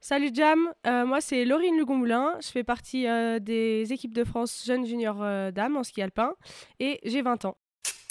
Salut Jam, moi c'est Laurine Lugonmoulin, je fais partie des équipes de France jeunes juniors dames en ski alpin et j'ai 20 ans.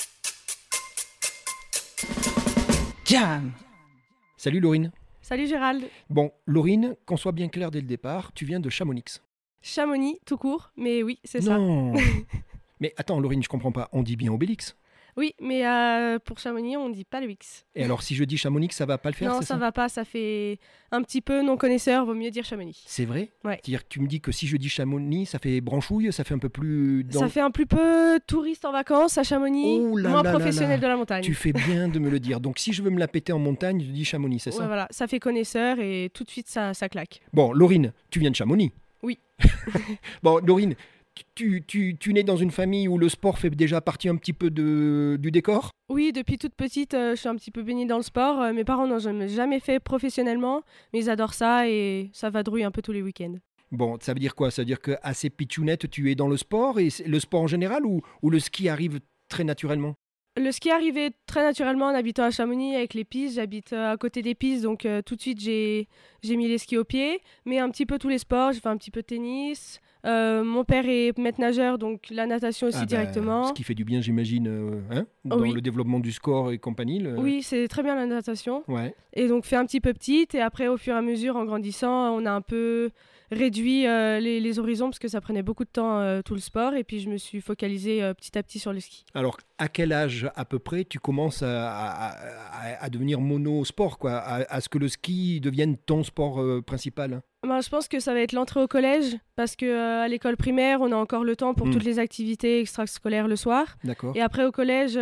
Jam. Salut Laurine. Salut Gérald. Bon, Laurine, qu'on soit bien clair dès le départ, tu viens de Chamonix. Chamonix tout court, mais oui c'est ça. Non. Mais attends Laurine, je comprends pas, on dit bien Obélix. Oui, mais pour Chamonix on dit pas le X. Et alors si je dis Chamonix, ça va pas le faire, Non c'est ça ça? va pas, ça fait un petit peu non connaisseur, vaut mieux dire Chamonix. C'est vrai? Ouais. C'est-à-dire que tu me dis que si je dis Chamonix, ça fait branchouille, ça fait un peu plus... Ça fait un petit peu touriste en vacances à Chamonix, Oh là moins là là professionnel là. de la montagne. Tu fais bien de me le dire. Donc si je veux me la péter en montagne, je dis Chamonix, c'est Ouais, ça? voilà, ça fait connaisseur et tout de suite ça claque. Bon, Laurine, tu viens de Chamonix. Oui. Bon, Laurine, tu nais dans une famille où le sport fait déjà partie un petit peu du décor? Oui, depuis toute petite, je suis un petit peu baignée dans le sport. Mes parents n'ont jamais fait professionnellement, mais ils adorent ça et ça vadrouille un peu tous les week-ends. Bon, ça veut dire quoi? Ça veut dire qu'à ces pitchounettes, tu es dans le sport, et le sport en général, ou le ski arrive très naturellement? Le ski est arrivé très naturellement en habitant à Chamonix avec les pistes. J'habite à côté des pistes, donc tout de suite j'ai mis les skis aux pieds. Mais un petit peu tous les sports, j'ai fait un petit peu de tennis. Mon père est maître nageur, donc la natation aussi Ah bah, ce directement. qui fait du bien, j'imagine, hein, Oh dans oui, le développement du score et compagnie. oui, c'est très bien la natation. Ouais. Et donc fait un petit peu petite et après au fur et à mesure en grandissant on a un peu réduit les horizons parce que ça prenait beaucoup de temps tout le sport et puis je me suis focalisée petit à petit sur le ski. Alors, à quel âge à peu près tu commences à devenir monosport, quoi, à ce que le ski devienne ton sport principal? Ben, je pense que ça va être l'entrée au collège parce que à l'école primaire on a encore le temps pour toutes les activités extrascolaires le soir D'accord. et après au collège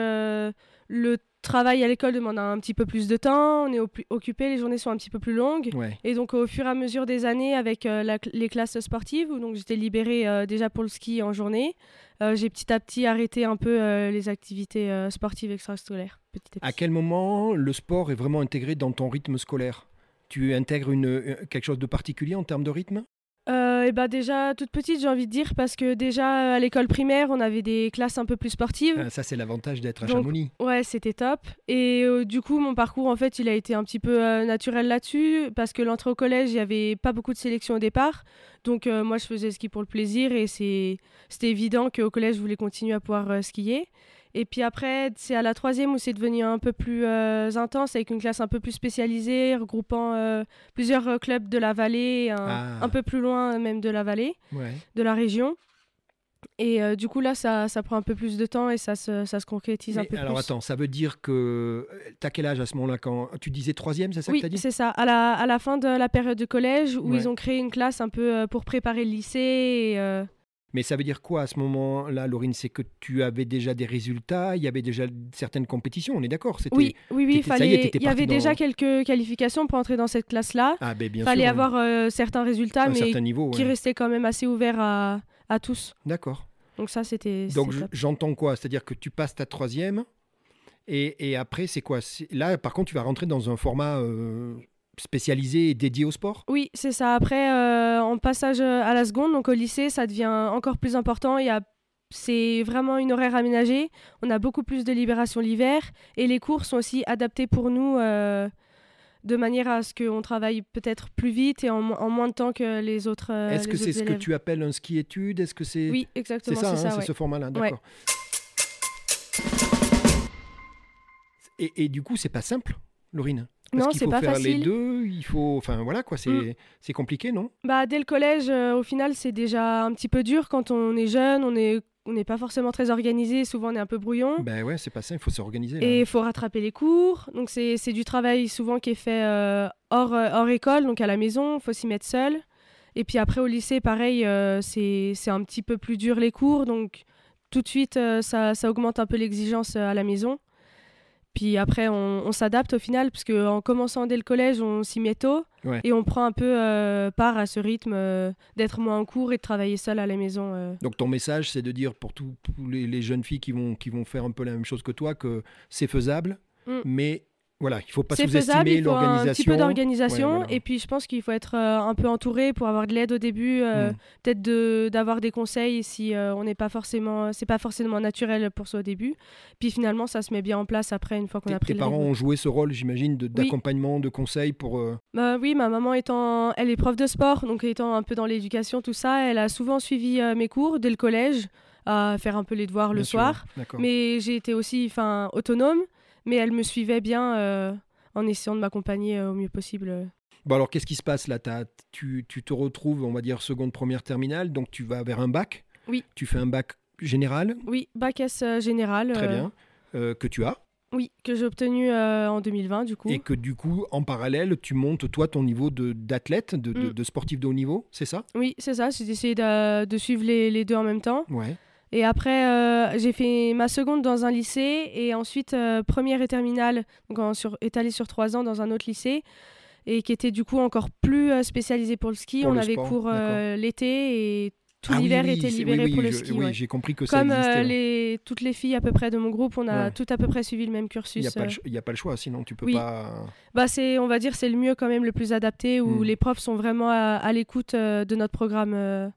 le travail à l'école demande un petit peu plus de temps, on est occupé, les journées sont un petit peu plus longues. Ouais. Et donc au fur et à mesure des années avec les classes sportives, où donc j'étais libérée déjà pour le ski en journée, j'ai petit à petit arrêté un peu les activités sportives extrascolaires. Petit à À petit. quel moment le sport est vraiment intégré dans ton rythme scolaire? Tu intègres quelque chose de particulier en termes de rythme? Et bah déjà toute petite j'ai envie de dire parce que déjà à l'école primaire on avait des classes un peu plus sportives. Ça, c'est l'avantage d'être à Donc, Chamonix. ouais, c'était top. Et du coup, mon parcours, en fait, il a été un petit peu naturel là-dessus, parce que l'entrée au collège, il n'y avait pas beaucoup de sélection au départ. Donc, moi, je faisais ski pour le plaisir, et c'était évident qu'au collège, je voulais continuer à pouvoir skier. Et puis après, c'est à la troisième où c'est devenu un peu plus intense, avec une classe un peu plus spécialisée, regroupant plusieurs clubs de la vallée, un peu plus loin même de la vallée, Ouais. de la région. Et du coup, là, ça prend un peu plus de temps et ça se concrétise un Mais peu alors plus. attends, ça veut dire que... T'as quel âge à ce moment-là quand tu disais troisième, c'est ça que Oui, t'as dit? c'est ça. À la fin de la période de collège, où Ouais. ils ont créé une classe un peu pour préparer le lycée. Et, Mais ça veut dire quoi à ce moment-là, Laurine? C'est que tu avais déjà des résultats, il y avait déjà certaines compétitions, on est d'accord? oui, Ça y est, t'étais il y avait parti dans... déjà quelques qualifications pour entrer dans cette classe-là. Ah ben bien Fallait sûr, avoir certains résultats, un mais certain niveau. qui Ouais. restaient quand même assez ouverts à tous. D'accord. Donc ça, c'était Donc top. j'entends quoi? C'est-à-dire que tu passes ta troisième, et après c'est quoi? Là, par contre, tu vas rentrer dans un format spécialisé et dédié au sport? Oui, c'est ça. Après, en passage à la seconde, donc au lycée, ça devient encore plus important. C'est vraiment une horaire aménagée. On a beaucoup plus de libération l'hiver. Et les cours sont aussi adaptés pour nous de manière à ce qu'on travaille peut-être plus vite et en moins de temps que les autres Est-ce que les c'est autres ce que élèves. tu appelles un ski-études? Est-ce que c'est... Oui, C'est exactement, ça, c'est hein, ça, c'est ouais. ce format-là, Ouais. d'accord. Et du coup, c'est pas simple, Laurine? Parce Non, qu'il c'est faut pas faire les facile. deux, il faut... Enfin voilà quoi, c'est compliqué, non? Bah, dès le collège, au final, c'est déjà un petit peu dur quand on est jeune, on n'est pas forcément très organisé, souvent on est un peu brouillon. Ben ouais, c'est pas ça, il faut s'organiser là. Et il faut rattraper les cours. Donc c'est du travail souvent qui est fait hors école, donc à la maison, il faut s'y mettre seul. Et puis après au lycée, pareil, c'est un petit peu plus dur les cours, donc tout de suite ça augmente un peu l'exigence à la maison. Puis après on s'adapte au final, parce qu'en commençant dès le collège, on s'y met tôt. Ouais. Et on prend un peu part à ce rythme d'être moins en cours et de travailler seul à la maison. Donc ton message, c'est de dire pour tous les jeunes filles qui vont faire un peu la même chose que toi, que c'est faisable, Mm. mais Voilà, il faut pas C'est faisable, sous-estimer il faut un petit peu l'organisation. d'organisation Ouais, voilà. et puis je pense qu'il faut être un peu entouré pour avoir de l'aide au début, peut-être d'avoir des conseils si on n'est pas forcément, c'est pas forcément naturel pour soi au début. Puis finalement, ça se met bien en place après une fois qu'on a Tes pris le parents rythme. ont joué ce rôle, j'imagine, Oui, d'accompagnement, de conseil pour... bah oui, ma maman étant, elle est prof de sport, donc étant un peu dans l'éducation, tout ça, elle a souvent suivi mes cours dès le collège, à faire un peu les devoirs le Bien sûr, ouais, soir. d'accord. Mais j'ai été aussi, enfin, autonome, mais elle me suivait bien en essayant de m'accompagner au mieux possible. Bon, alors, qu'est-ce qui se passe là? Tu te retrouves, on va dire, seconde, première, terminale, donc tu vas vers un bac. Oui, Tu fais un bac général, oui, bac S général. très bien, que tu as. Oui, que j'ai obtenu en 2020 du Et coup. que du coup, en parallèle, tu montes, toi, ton niveau d'athlète, Mm. de sportif de haut niveau, c'est ça? Oui, c'est ça, j'ai essayé de suivre les deux en même temps. Ouais. Et après, j'ai fait ma seconde dans un lycée et ensuite première et terminale, donc étalée sur 3 ans dans un autre lycée et qui était du coup encore plus spécialisé pour le ski. Pour On le avait sport, cours d'accord. l'été et tout Ah oui, l'hiver oui, était oui, libéré pour oui, le ski. oui, Ouais. j'ai compris que ça Comme existait. Ouais. toutes les filles à peu près de mon groupe, on a Ouais. tout à peu près suivi le même Il cursus. n'y a pas le choix, sinon tu peux Oui, pas... bah on va dire c'est le mieux quand même, le plus adapté, où Hmm. les profs sont vraiment à l'écoute de notre programme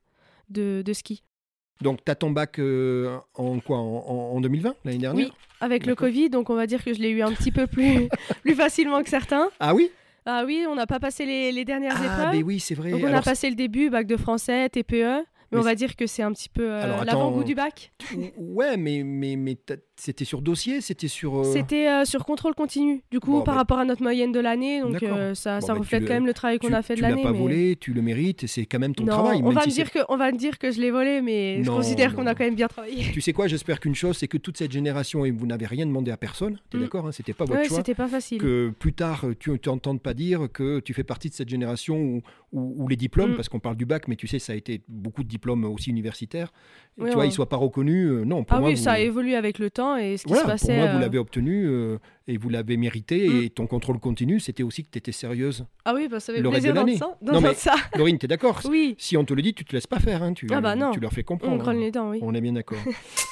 de ski. Donc, tu as ton bac en quoi? En 2020, l'année dernière? Oui, avec le D'accord. Covid, donc on va dire que je l'ai eu un petit peu plus, plus facilement que certains. Ah oui? Ah oui, on n'a pas passé les dernières Ah, épreuves. ben oui, c'est vrai. Donc on a Alors, passé le début, bac de français, TPE, mais mais on va dire que c'est un petit peu alors, l'avant-goût attends. du bac. Ouais, mais c'était sur dossier, c'était sur... C'était sur contrôle continu, du coup, Bon, par ben, rapport à notre moyenne de l'année, donc d'accord. ça, Bon, ça ben, reflète quand même le travail qu'on a fait de tu l'as l'année. pas Mais... volé, tu le mérites, et c'est quand même ton Non, travail. on Même va, si me dire on va me dire que je l'ai volé, mais je Non, considère qu'on non. a quand même bien travaillé. Tu sais quoi, j'espère qu'une chose, c'est que toute cette génération, et vous n'avez rien demandé à personne, t'es Mm. d'accord, hein, c'était pas votre Ouais, choix, c'était pas facile. que plus tard, tu n'entendes pas dire que tu fais partie de cette génération où les diplômes, Mm. parce qu'on parle du bac, mais tu sais, ça a été beaucoup de diplômes aussi universitaires, et Oui, tu vois, ils ne soient pas reconnus. Non, pour Ah moi, oui, vous... ça a évolué avec le temps et ce qui se Voilà, passait. pour moi, vous l'avez obtenu et vous l'avez mérité. Mm. Et ton contrôle continu, c'était aussi que tu étais sérieuse Ah oui, bah, ça fait le reste plaisir de l'année. d'entendre Non, mais ça. Laurine, tu es d'accord? Oui. Si on te le dit, tu te laisses pas faire. Hein, Ah bah non. tu leur fais On comprendre. grogne les dents, oui. On est bien d'accord.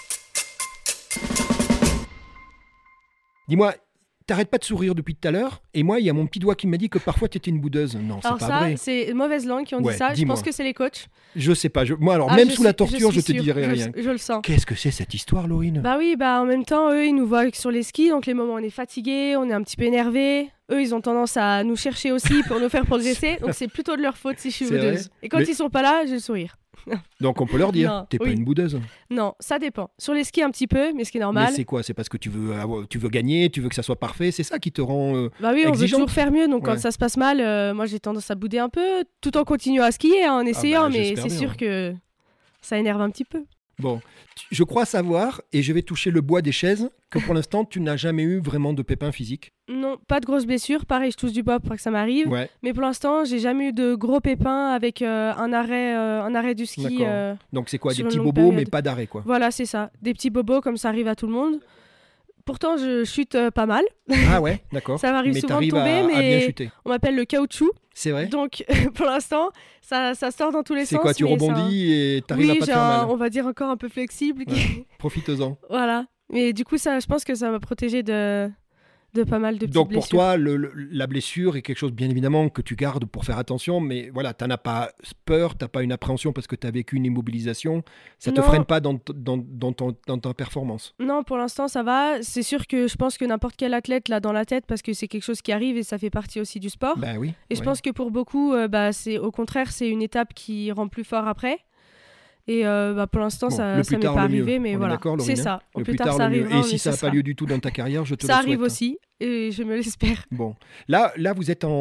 Dis-moi, t'arrêtes pas de sourire depuis tout à l'heure. Et moi, il y a mon petit doigt qui m'a dit que parfois tu étais une boudeuse. Non, c'est Alors pas ça, vrai. c'est mauvaise langue qui ont Ouais, dit ça. Je dis-moi. pense que c'est les coachs. Je sais pas. Moi, alors, Ah, même je sous la suis- torture, je suis te sûre, dirai rien. Je le sens. Qu'est-ce que c'est cette histoire, Laurine? Bah oui, bah en même temps, eux, ils nous voient sur les skis, donc les moments où on est fatigué, on est un petit peu énervé. Eux, ils ont tendance à nous chercher aussi pour nous faire progresser, donc c'est plutôt de leur faute si je suis C'est vrai. boudeuse. Et quand Mais- ils sont pas là, j'ai le sourire. Donc, on peut leur dire, Non, t'es pas oui. une boudeuse. Non, ça dépend. Sur les skis un petit peu, mais ce qui est Mais normal. c'est quoi? C'est parce que tu veux gagner, tu veux que ça soit parfait. C'est ça qui te rend Bah oui, on veut exigeante. toujours faire mieux, donc Ouais. quand ça se passe mal, moi j'ai tendance à bouder un peu, tout en continuant à skier, hein, en essayant, mais j'espère c'est bien, sûr ouais. que ça énerve un petit peu. Bon, je crois savoir, et je vais toucher le bois des chaises, que pour l'instant, tu n'as jamais eu vraiment de pépins physiques. Non, pas de grosses blessures, pareil, je touche du bois pour que ça m'arrive, Ouais, mais pour l'instant, j'ai jamais eu de gros pépins avec un arrêt du ski. d'accord. Donc c'est quoi? Des sur une petits longue bobos, mais période. pas d'arrêt, quoi. Voilà, c'est ça, des petits bobos comme ça arrive à tout le monde. Pourtant, je chute pas mal, Ah ouais, d'accord. ça m'arrive Mais souvent de t'arrives tomber, à bien mais chuter. on m'appelle le caoutchouc, C'est vrai? donc pour l'instant, ça sort dans tous les C'est sens. quoi? Tu mais ça- rebondis et t'arrives à Oui, pas te j'ai faire mal. on va dire encore un peu flexible. Ouais. Profites-en. Voilà. Mais du coup, ça, je pense que ça m'a protégé de pas mal de petites Donc pour blessures. toi, la blessure est quelque chose, bien évidemment, que tu gardes pour faire attention, mais voilà, t'en as pas peur, t'as pas une appréhension parce que t'as vécu une immobilisation, ça te Non. freine pas dans ta performance. Non, pour l'instant, ça va. C'est sûr que je pense que n'importe quel athlète l'a dans la tête parce que c'est quelque chose qui arrive et ça fait partie aussi du sport. Ben oui. Et je ouais. pense que pour beaucoup, c'est au contraire, c'est une étape qui rend plus fort après. Et pour l'instant, Bon, ça le plus m'est tard, pas le mieux. arrivé, mais On est voilà. d'accord, C'est Laurine, ça. Au Le plus plus tard, tard, ça le mieux. arrivera. Et si ça n'a pas lieu du tout dans ta carrière, je te le Ça souhaite. arrive aussi, et je me l'espère. Bon, là vous êtes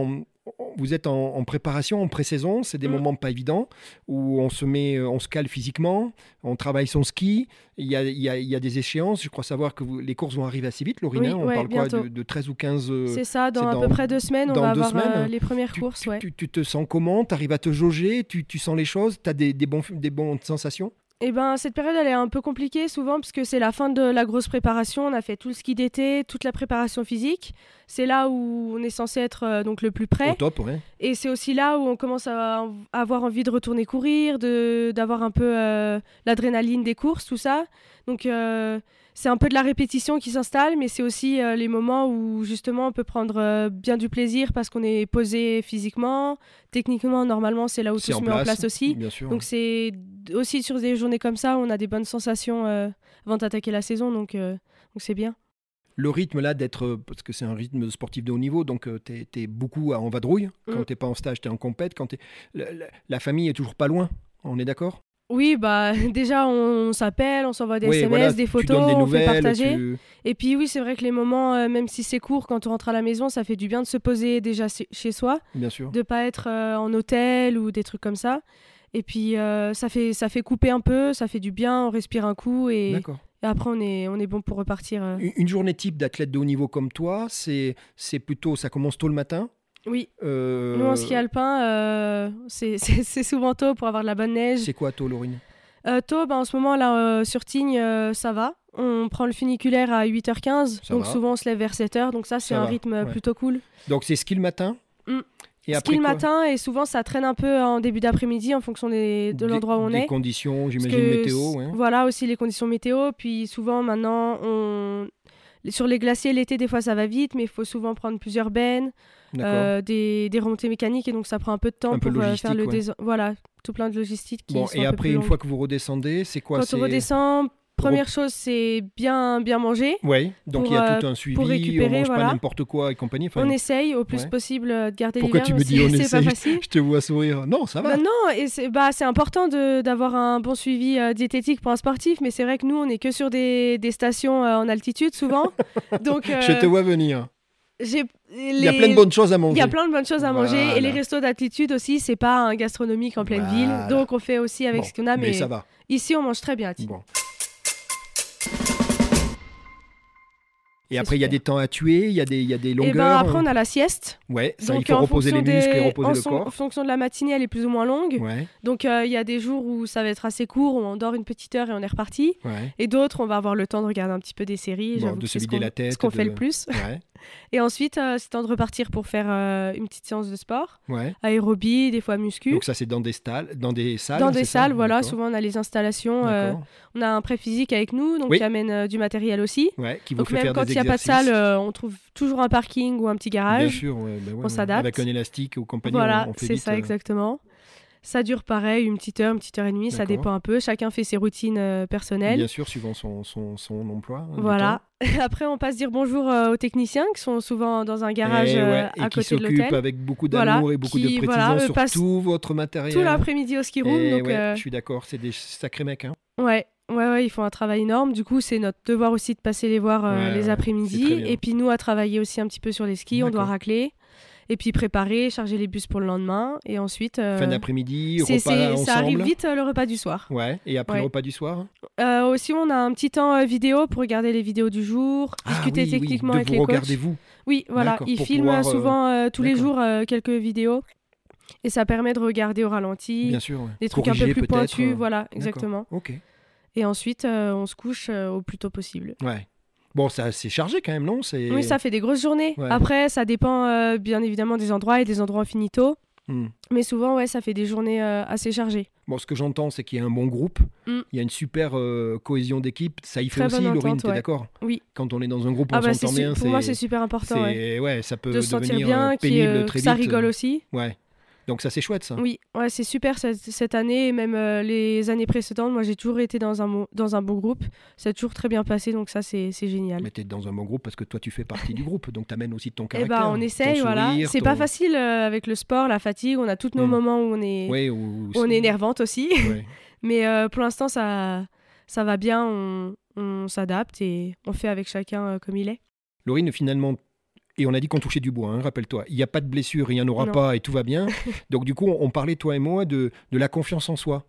en préparation, en pré-saison. C'est des moments pas évidents où on se cale physiquement, on travaille son ski. Il y a des échéances. Je crois savoir que les courses vont arriver assez vite, Laurine. Oui, On ouais, parle quoi bientôt. de 13 ou 15 C'est ça, dans c'est à peu près 2 semaines, on dans va 2 avoir semaines. les premières courses. Ouais. Tu te sens comment? Tu arrives à te jauger? Tu sens les choses? Tu as des bonnes sensations? Eh ben, cette période, elle est un peu compliquée souvent parce que c'est la fin de la grosse préparation. On a fait tout le ski d'été, toute la préparation physique. C'est là où on est censé être donc le plus près. Au top, ouais. Et c'est aussi là où on commence à avoir envie de retourner courir, d'avoir un peu l'adrénaline des courses, tout ça. Donc c'est un peu de la répétition qui s'installe, mais c'est aussi les moments où justement on peut prendre bien du plaisir parce qu'on est posé physiquement. Techniquement, normalement, c'est là où tout se met en place aussi. Bien sûr. Donc c'est aussi sur des journées comme ça où on a des bonnes sensations avant d'attaquer la saison, donc c'est bien. Le rythme là parce que c'est un rythme de sportif de haut niveau, donc t'es beaucoup en vadrouille. Quand t'es pas en stage, t'es en compète. La famille est toujours pas loin, on est d'accord? Oui, bah déjà on s'appelle, on s'envoie des SMS, voilà, des tu photos, donnes des on fait nouvelles, partager. Et puis oui, c'est vrai que les moments, même si c'est court, quand on rentre à la maison, ça fait du bien de se poser déjà chez soi, Bien sûr. de pas être en hôtel ou des trucs comme ça. Et puis ça fait couper un peu, ça fait du bien, on respire un coup et après on est bon pour repartir. Une journée type d'athlète de haut niveau comme toi, c'est plutôt, ça commence tôt le matin? Oui. Nous, en ski alpin, c'est souvent tôt pour avoir de la bonne neige. C'est quoi tôt, Laurine? Tôt, en ce moment, là, sur Tignes, ça va. On prend le funiculaire à 8h15, donc souvent on se lève vers 7h, donc ça, c'est un rythme plutôt cool. Donc c'est ski le matin? Et ski le matin, et souvent ça traîne un peu en début d'après-midi en fonction de l'endroit où on est. Des conditions, j'imagine, météo. Ouais. Voilà, aussi les conditions météo. Puis souvent, maintenant, sur les glaciers, l'été, des fois ça va vite, mais il faut souvent prendre plusieurs bennes, des remontées mécaniques, et donc ça prend un peu de temps pour faire le voilà, tout plein de logistique qui sont et après, une fois que vous redescendez, c'est quoi? Quand on redescend, première chose, c'est bien manger. Oui, donc il y a tout un suivi, pour récupérer, on mange pas n'importe quoi et compagnie. On essaye au plus possible de garder Pourquoi les tu me dis on essaye? C'est pas facile. Je te vois sourire. Non, ça va. Non, et c'est important d'avoir un bon suivi diététique pour un sportif, mais c'est vrai que nous, on n'est que sur des stations en altitude souvent. Donc, je te vois venir. Il y a plein de bonnes choses à manger. Il y a plein de bonnes choses à manger. Et les restos d'altitude aussi, c'est pas un gastronomique en pleine ville. Donc on fait aussi avec ce qu'on a. Mais ça va. Ici, on mange très bien. Bon. Et après, il y a des temps à tuer, il y a des longueurs. Et après, on a la sieste. Ouais, ça, donc, il faut reposer les muscles et reposer le corps. En fonction de la matinée, elle est plus ou moins longue. Ouais. Donc, il y a des jours où ça va être assez court, où on dort une petite heure et on est reparti. Ouais. Et d'autres, on va avoir le temps de regarder un petit peu des séries. De se vider la tête. Ce qu'on fait le plus. Ouais. Et ensuite, c'est temps de repartir pour faire une petite séance de sport. Ouais. Aérobie, des fois muscu. Donc ça, c'est dans des salles. Dans des salles, voilà. Souvent, on a les installations. On a un pré physique avec nous, donc qui amène du matériel aussi. Ouais, qui vous donc fait même faire quand il n'y a pas de salle, on trouve toujours un parking ou un petit garage. Bien sûr, on s'adapte. Avec un élastique ou compagnie. Voilà, on fait c'est vite, ça exactement. Ça dure pareil, une petite heure et demie, ça dépend un peu. Chacun fait ses routines personnelles. Bien sûr, suivant son emploi. Voilà. Après, on passe dire bonjour aux techniciens qui sont souvent dans un garage à côté de l'hôtel. Et qui s'occupent avec beaucoup d'amour et beaucoup de précision sur tout votre matériel. Tout l'après-midi au ski room. Donc, je suis d'accord, c'est des sacrés mecs. Hein. Ouais, ils font un travail énorme. Du coup, c'est notre devoir aussi de passer les voir les après-midi. Et puis nous, à travailler aussi un petit peu sur les skis. On doit racler. Et puis préparer, charger les bus pour le lendemain. Et ensuite... fin d'après-midi, repas ensemble. Ça arrive vite, le repas du soir. Ouais, et après le repas du soir aussi, on a un petit temps vidéo pour regarder les vidéos du jour, discuter techniquement avec les coachs. Regardez-vous. Oui, voilà. Ils filment souvent tous les jours quelques vidéos. Et ça permet de regarder au ralenti. Bien sûr, des trucs un peu plus pointus. Voilà, exactement. Ok. Et ensuite, on se couche au plus tôt possible. Ouais. Bon, c'est chargé quand même, non? Oui, ça fait des grosses journées. Ouais. Après, ça dépend bien évidemment des endroits et des endroits finito. Mais souvent, ça fait des journées assez chargées. Bon, ce que j'entends, c'est qu'il y a un bon groupe. Il y a une super cohésion d'équipe. Ça y fait aussi, Laurine, t'es d'accord? Oui. Quand on est dans un groupe, on s'entend bien. Pour moi, c'est super important. Ça peut de se sentir devenir bien, pénible très vite. Ça rigole aussi. Ouais. Donc ça, c'est chouette, ça. Oui, c'est super cette année et même les années précédentes. Moi, j'ai toujours été dans un beau groupe. Ça a toujours très bien passé, donc ça, c'est génial. Mais t'es dans un bon groupe parce que toi, tu fais partie du groupe, donc t'amènes aussi ton caractère. On essaye, voilà. C'est pas facile avec le sport, la fatigue. On a tous nos moments où on est, on est énervante aussi. Ouais. Mais pour l'instant, ça va bien. On s'adapte et on fait avec chacun comme il est. Laurine, finalement... Et on a dit qu'on touchait du bois, hein, rappelle-toi. Il n'y a pas de blessure, il n'y en aura pas et tout va bien. Donc du coup, on parlait, toi et moi, de la confiance en soi.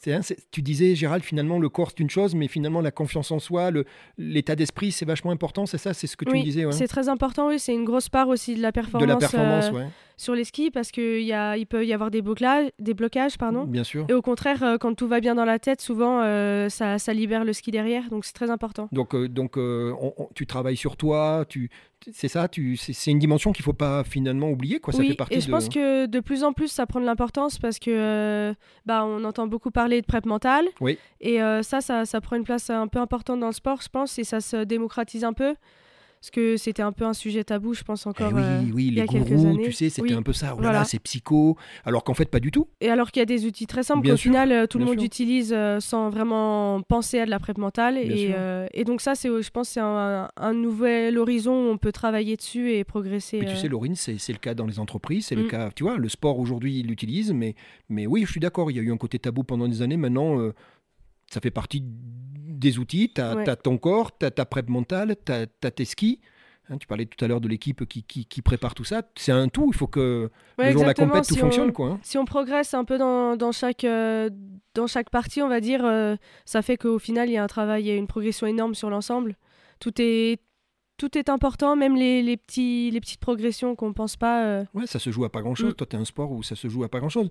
Tu disais, Gérald, finalement, le corps, c'est une chose, mais finalement, la confiance en soi, l'état d'esprit, c'est vachement important, c'est ça? C'est ce que tu me disais, ouais. C'est très important, oui. C'est une grosse part aussi de la performance. Ouais. sur les skis parce il peut y avoir des blocages, pardon. Bien sûr. Et au contraire, quand tout va bien dans la tête, souvent, ça libère le ski derrière. Donc, c'est très important. Donc, tu travailles sur toi, c'est ça, c'est une dimension qu'il ne faut pas finalement oublier, quoi. Ça fait Oui, partie et je pense que de plus en plus, ça prend de l'importance parce que on entend beaucoup parler de prep mentale. Oui. Et ça prend une place un peu importante dans le sport, je pense, et ça se démocratise un peu. Parce que c'était un peu un sujet tabou, je pense, encore oui, il y les a quelques gourous, années. tu sais, c'était un peu ça. Oh là voilà. là, c'est psycho. Alors qu'en fait, pas du tout. Et alors qu'il y a des outils très simples Bien qu'au sûr, final, tout le bien monde sûr. utilise sans vraiment penser à de la prep mentale. Et donc ça, je pense, c'est un nouvel horizon où on peut travailler dessus et progresser. Mais tu sais, Laurine, c'est le cas dans les entreprises, c'est le cas, tu vois, le sport aujourd'hui, il l'utilise, mais oui, je suis d'accord, il y a eu un côté tabou pendant des années. Maintenant, ça fait partie des outils. Tu as ton corps, tu as ta prep mentale, tu as tes skis. Hein, tu parlais tout à l'heure de l'équipe qui prépare tout ça. C'est un tout. Il faut que le jour de la compète, tout fonctionne, quoi. Hein. Si on progresse un peu dans chaque partie, on va dire, ça fait qu'au final, il y a un travail, il y a une progression énorme sur l'ensemble. Tout est important, même les petites progressions qu'on ne pense pas. Ouais, ça se joue à pas grand-chose. Toi, tu as un sport où ça se joue à pas grand-chose.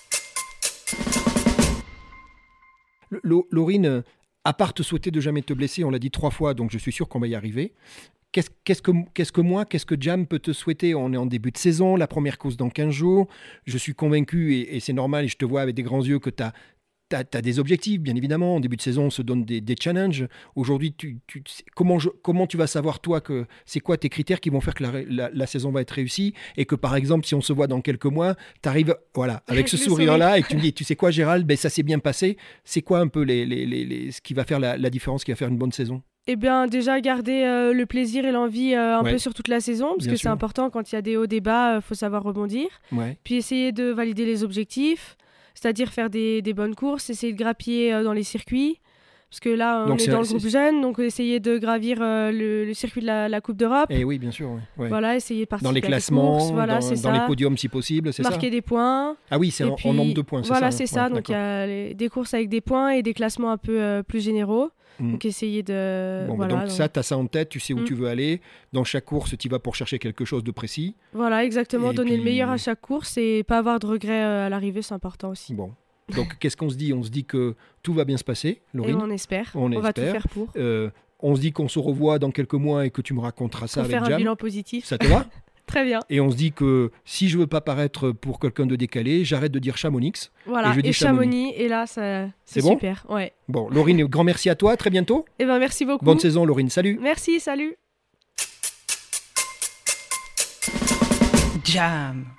Laurine, à part te souhaiter de jamais te blesser, on l'a dit 3 fois, donc je suis sûr qu'on va y arriver. Qu'est-ce que Jam peut te souhaiter? On est en début de saison, la première course dans 15 jours. Je suis convaincu, et c'est normal, et je te vois avec des grands yeux, que tu as des objectifs, bien évidemment. En début de saison, on se donne des challenges. Aujourd'hui, comment tu vas savoir, toi, que c'est quoi tes critères qui vont faire que la saison va être réussie? Et que, par exemple, si on se voit dans quelques mois, tu arrives avec ce sourire-là et que tu me dis, tu sais quoi, Gérald, ça s'est bien passé. C'est quoi un peu ce qui va faire la différence, qui va faire une bonne saison? Eh bien, déjà, garder le plaisir et l'envie un peu sur toute la saison, parce que c'est important, quand il y a des hauts, des bas, il faut savoir rebondir. Ouais. Puis essayer de valider les objectifs, c'est-à-dire faire des bonnes courses, essayer de grappiller dans les circuits. Parce que là, on est dans le groupe jeune, donc essayer de gravir le circuit de la Coupe d'Europe. Et oui, bien sûr. Ouais. Voilà, essayer de participer dans les classements, courses, voilà, dans les podiums si possible, c'est ça? Marquer des points. Ah oui, c'est en nombre de points, c'est voilà, ça? c'est ça. Donc il y a des courses avec des points et des classements un peu plus généraux. Donc essayer de... donc ça, tu as ça en tête, tu sais où tu veux aller. Dans chaque course, tu vas pour chercher quelque chose de précis. Voilà, exactement. Donner le meilleur à chaque course et pas avoir de regrets à l'arrivée, c'est important aussi. Bon. Donc qu'est-ce qu'on se dit? On se dit que tout va bien se passer, Laurine. Et on espère. On va tout faire pour. On se dit qu'on se revoit dans quelques mois et que tu me raconteras ça avec Jam. Pour faire un bilan positif. Ça te va? Très bien. Et on se dit que si je veux pas paraître pour quelqu'un de décalé, j'arrête de dire Chamonix. Voilà, et Chamonix, et là, c'est super. Bon, ouais. Bon, Laurine, grand merci à toi, à très bientôt. Eh ben, merci beaucoup. Bonne saison, Laurine, salut. Merci, salut. Jam.